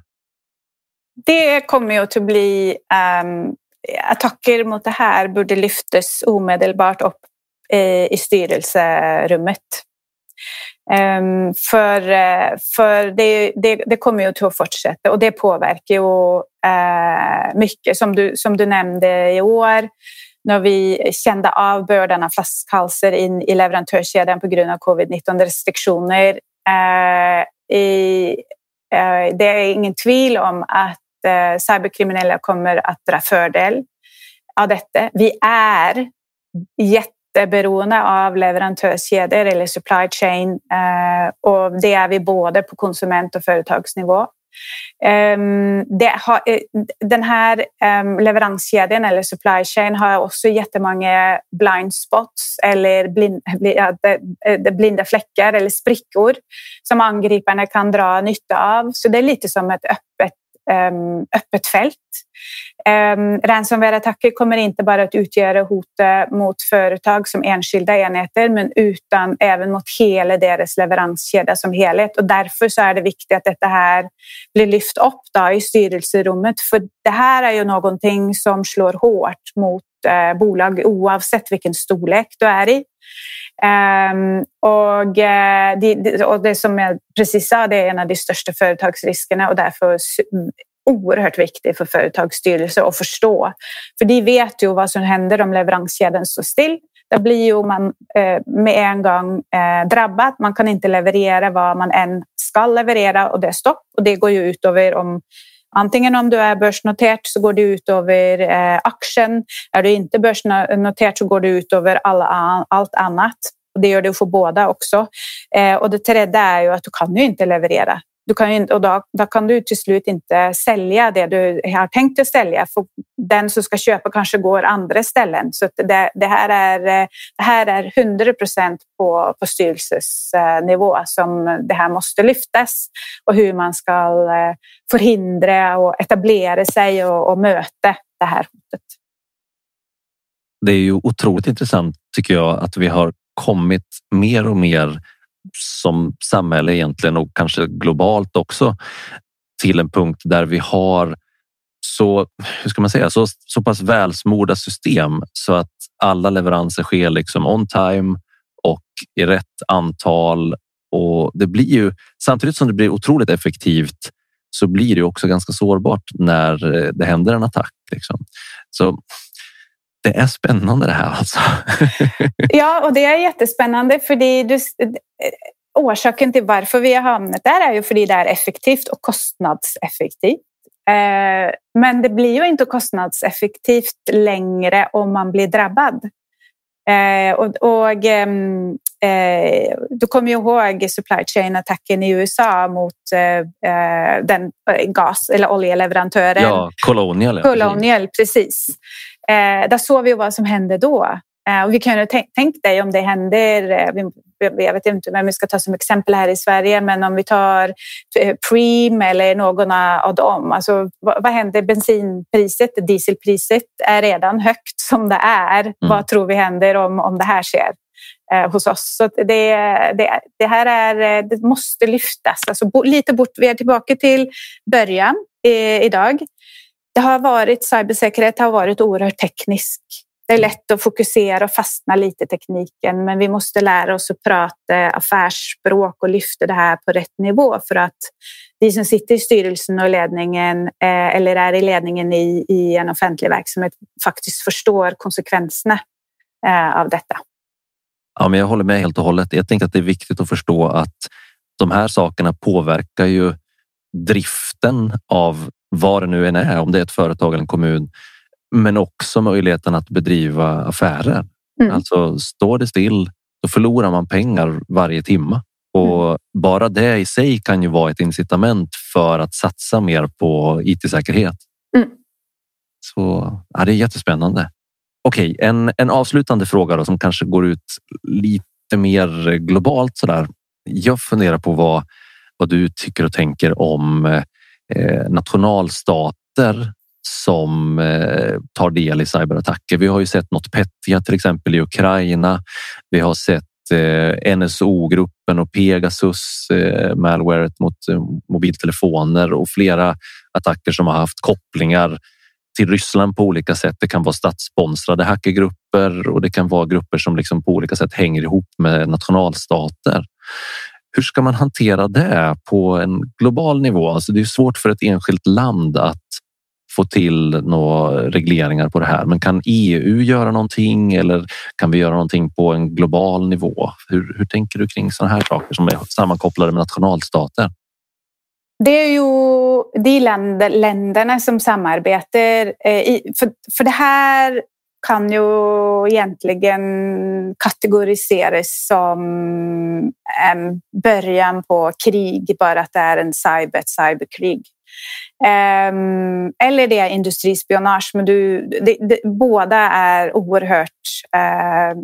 Det kommer ju att bli um, attacker mot det här borde lyftas omedelbart upp eh, i styrelserummet. Um, för för det, det, det kommer ju att fortsätta och det påverkar ju uh, mycket som du, som du nämnde i år när vi kände av bördan av flaskhalsar in i leverantörskedjan på grund av covid nitton restriktioner. Uh, i, uh, det är ingen tvivel om att uh, cyberkriminella kommer att dra fördel av detta. Vi är jätte beroende av leverantörskedjor eller supply chain eh, och det är vi både på konsument- och företagsnivå. Um, det har, den här um, leveranskedjan eller supply chain har också jättemånga blind spots eller blind, blinda fläckar eller sprickor som angriparna kan dra nytta av. Så det är lite som ett öppet Um, öppet fält. Um, ransomware-attacker kommer inte bara att utgöra hot mot företag som enskilda enheter men utan även mot hela deras leveranskedja som helhet och därför så är det viktigt att detta här blir lyft upp då i styrelserummet för det här är ju någonting som slår hårt mot uh, bolag oavsett vilken storlek du är i. Um, och, uh, det, och det som jag precis sa, det är en av de största företagsriskerna och därför oerhört viktigt för företagsstyrelser att förstå. För de vet ju vad som händer om leveranskedjan står still. Då blir ju man uh, med en gång uh, drabbad. Man kan inte leverera vad man än ska leverera och det är stopp. Och det går ju ut över om antingen om du är börsnoterat så går det ut över eh, aktien. Är du inte börsnoterat så går det ut över alla, allt annat. Och det gör det för båda också. Eh, och det tredje är ju att du kan ju inte leverera. Du kan ju inte, och då, då kan du till slut inte sälja det du har tänkt att sälja. För den som ska köpa kanske går andra ställen. Så det, det, här, är, det här är hundra procent på, på styrelsesnivå som det här måste lyftas. Och hur man ska förhindra och etablera sig och, och möta det här hotet. Det är ju otroligt intressant tycker jag att vi har kommit mer och mer som samhälle egentligen och kanske globalt också till en punkt där vi har så, hur ska man säga, så, så pass välsmorda system så att alla leveranser sker liksom on time och i rätt antal och det blir ju, samtidigt som det blir otroligt effektivt så blir det också ganska sårbart när det händer en attack liksom. Så det är spännande det här alltså. Ja, och det är jättespännande för det du, orsaken till varför vi har hamnat där är ju för det är effektivt och kostnadseffektivt. Eh, men det blir ju inte kostnadseffektivt längre om man blir drabbad. Eh, och och eh, du kommer ju ihåg supply chain-attacken i U S A mot eh, den gas- eller oljeleverantören. Ja, Colonial. Colonial, precis. Eh, där såg vi vad som hände då. Eh, och vi kan ju tänka tänk dig om det händer, eh, jag vet inte vem vi ska ta som exempel här i Sverige, men om vi tar eh, Preem eller någon av dem. Alltså, vad, vad händer? Bensinpriset, dieselpriset är redan högt som det är. Mm. Vad tror vi händer om, om det här sker eh, hos oss? Så det, det, det här är, det måste lyftas. Alltså, bo, lite bort, vi är tillbaka till början eh, idag. Det har varit, cybersäkerhet har varit oerhört teknisk. Det är lätt att fokusera och fastna lite i tekniken, men vi måste lära oss att prata affärsspråk och lyfta det här på rätt nivå för att de som sitter i styrelsen och ledningen eh, eller är i ledningen i, i en offentlig verksamhet faktiskt förstår konsekvenserna eh, av detta. Ja, men jag håller med helt och hållet. Jag tänker att det är viktigt att förstå att de här sakerna påverkar ju driften av vad det nu än är, om det är ett företag eller en kommun, men också möjligheten att bedriva affärer. Mm. Alltså står det still, då förlorar man pengar varje timme. Och mm. bara det i sig kan ju vara ett incitament för att satsa mer på I T-säkerhet. Mm. Så ja, det är jättespännande. Okej, en, en avslutande fråga då, som kanske går ut lite mer globalt sådär. Jag funderar på vad, vad du tycker och tänker om eh, nationalstater som eh, tar del i cyberattacker. Vi har ju sett NotPetya till exempel i Ukraina. Vi har sett eh, N S O-gruppen och Pegasus eh, malwaret mot eh, mobiltelefoner och flera attacker som har haft kopplingar till Ryssland på olika sätt. Det kan vara statssponsrade hackergrupper och det kan vara grupper som liksom på olika sätt hänger ihop med nationalstater. Hur ska man hantera det på en global nivå? Alltså det är svårt för ett enskilt land att få till några regleringar på det här. Men kan E U göra någonting eller kan vi göra någonting på en global nivå? Hur, hur tänker du kring sådana här saker som är sammankopplade med nationalstater? Det är ju de länder, länderna som samarbetar. Eh, för, för det här kan ju egentligen kategoriseras som en början på krig, bara att det är en cyber, ett cyberkrig. Um, eller det är industrispionage, men du, det, det, båda är oerhört uh,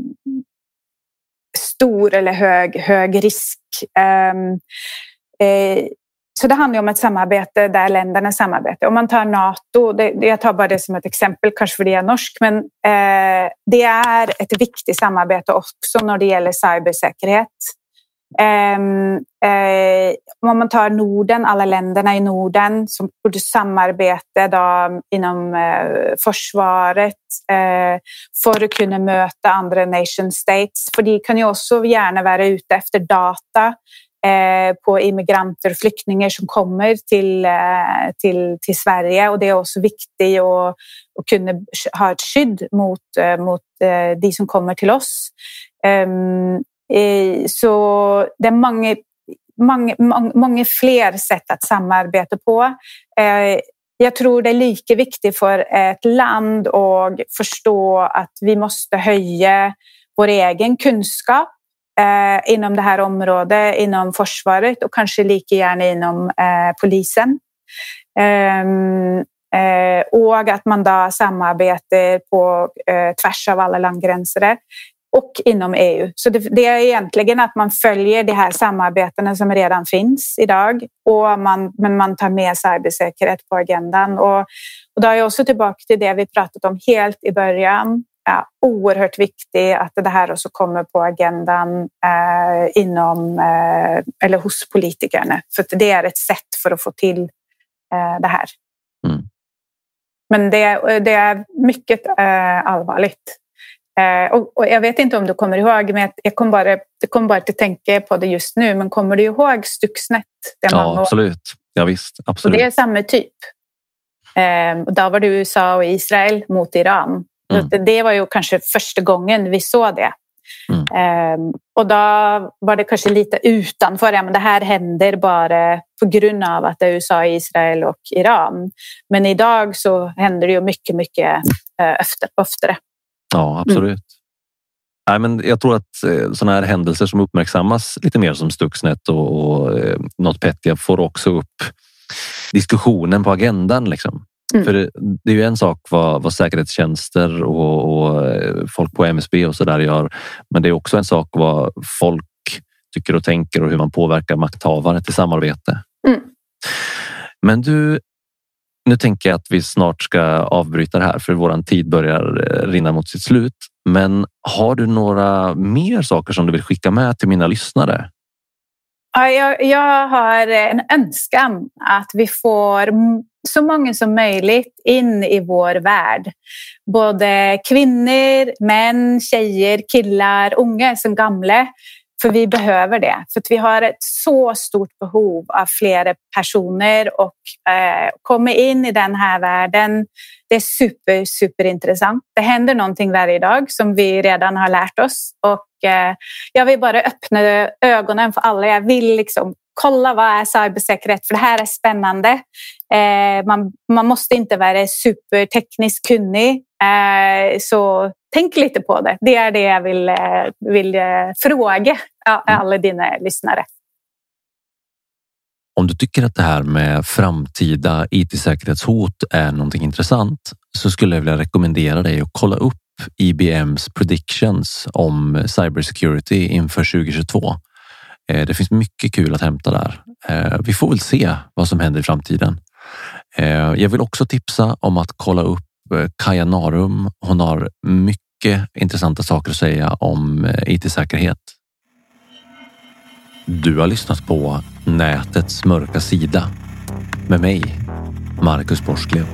stor eller hög, hög risk. Um, uh, så det handlar om ett samarbete där länderna samarbetar. Om man tar NATO, det, jag tar bara det som ett exempel, kanske för det är norsk, men uh, det är ett viktigt samarbete också när det gäller cybersäkerhet. Um, uh, om man tar Norden, alla länderna i Norden som borde samarbeta då inom uh, försvaret uh, för att kunna möta andra nation states. För de kan ju också gärna vara ute efter data uh, på immigranter och flyktingar som kommer till, uh, till, till Sverige, och det är också viktigt att, att kunna ha ett skydd mot, uh, mot uh, de som kommer till oss. Um, Så det är många, många, många fler sätt att samarbeta på. Jag tror det är lika viktigt för ett land att förstå att vi måste höja vår egen kunskap inom det här området, inom försvaret och kanske lika gärna inom polisen. Och att man då samarbetar på tvärs av alla landgränser. Och inom E U. Så det, det är egentligen att man följer de här samarbetena som redan finns idag. Och man, men man tar med cybersäkerhet på agendan. Och, och då är jag också tillbaka till det vi pratat om helt i början. Ja, oerhört viktigt att det här också kommer på agendan eh, inom, eh, eller hos politikerna. För det är ett sätt för att få till eh, det här. Mm. Men det, det är mycket eh, allvarligt. Uh, och, och jag vet inte om du kommer ihåg, men jag kom bara, jag kom bara att tänka på det just nu, men kommer du ihåg Stuxnet? Ja, absolut. Ja, visst, absolut. Och det är samma typ. Uh, och då var det U S A och Israel mot Iran. Mm. Det, det var ju kanske första gången vi såg det. Mm. Uh, och då var det kanske lite utanför, ja, men det här händer bara på grund av att det är U S A, Israel och Iran. Men idag så händer det ju mycket, mycket uh, efter, oftare. Ja, absolut. Mm. Nej, men jag tror att eh, sådana här händelser som uppmärksammas lite mer som Stuxnet och, och eh, NotPetya får också upp diskussionen på agendan. Liksom. Mm. För det, det är ju en sak vad, vad säkerhetstjänster och, och folk på M S B och så där gör. Men det är också en sak vad folk tycker och tänker och hur man påverkar makthavare till samarbete. Mm. Men du... Nu tänker jag att vi snart ska avbryta det här för våran tid börjar rinna mot sitt slut. Men har du några mer saker som du vill skicka med till mina lyssnare? Ja, jag, jag har en önskan att vi får så många som möjligt in i vår värld. Både kvinnor, män, tjejer, killar, unga som gamla. För vi behöver det. För att vi har ett så stort behov av flera personer och eh, komma in i den här världen. Det är super, super intressant. Det händer någonting varje dag som vi redan har lärt oss. Och eh, jag vill bara öppna ögonen för alla. Jag vill liksom kolla vad är cybersäkerhet, för det här är spännande. Eh, man, man måste inte vara supertekniskt kunnig. Eh, så tänk lite på det. Det är det jag vill, vill fråga alla dina lyssnare. Om du tycker att det här med framtida I T-säkerhetshot är någonting intressant så skulle jag vilja rekommendera dig att kolla upp I B M:s predictions om cybersecurity inför tjugohundratjugotvå. Det finns mycket kul att hämta där. Vi får väl se vad som händer i framtiden. Jag vill också tipsa om att kolla upp Kaja Narum. Hon har mycket intressanta saker att säga om I T-säkerhet. Du har lyssnat på Nätets mörka sida med mig, Marcus Borsklev.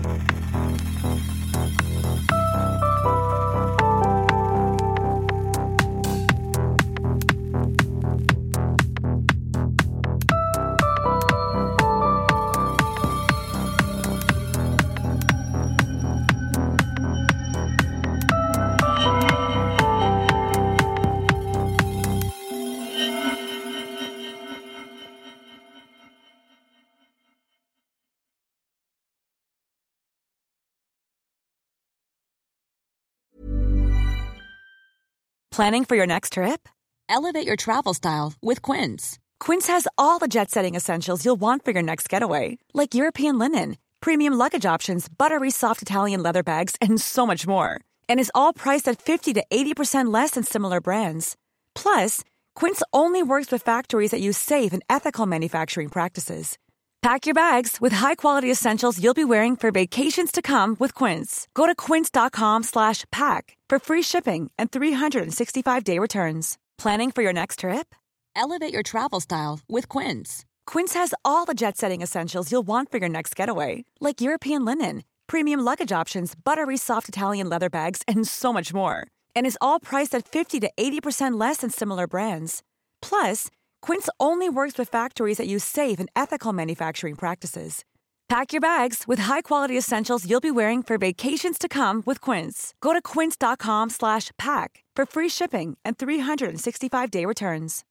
Planning for your next trip? Elevate your travel style with Quince. Quince has all the jet-setting essentials you'll want for your next getaway, like European linen, premium luggage options, buttery soft Italian leather bags, and so much more. And is all priced at fifty to eighty percent less than similar brands. Plus, Quince only works with factories that use safe and ethical manufacturing practices. Pack your bags with high-quality essentials you'll be wearing for vacations to come with Quince. Go to quince.com slash pack for free shipping and three sixty-five day returns. Planning for your next trip? Elevate your travel style with Quince. Quince has all the jet-setting essentials you'll want for your next getaway, like European linen, premium luggage options, buttery soft Italian leather bags, and so much more. And is all priced at fifty to eighty percent less than similar brands. Plus, Quince only works with factories that use safe and ethical manufacturing practices. Pack your bags with high-quality essentials you'll be wearing for vacations to come with Quince. Go to quince.com slash pack for free shipping and three sixty-five day returns.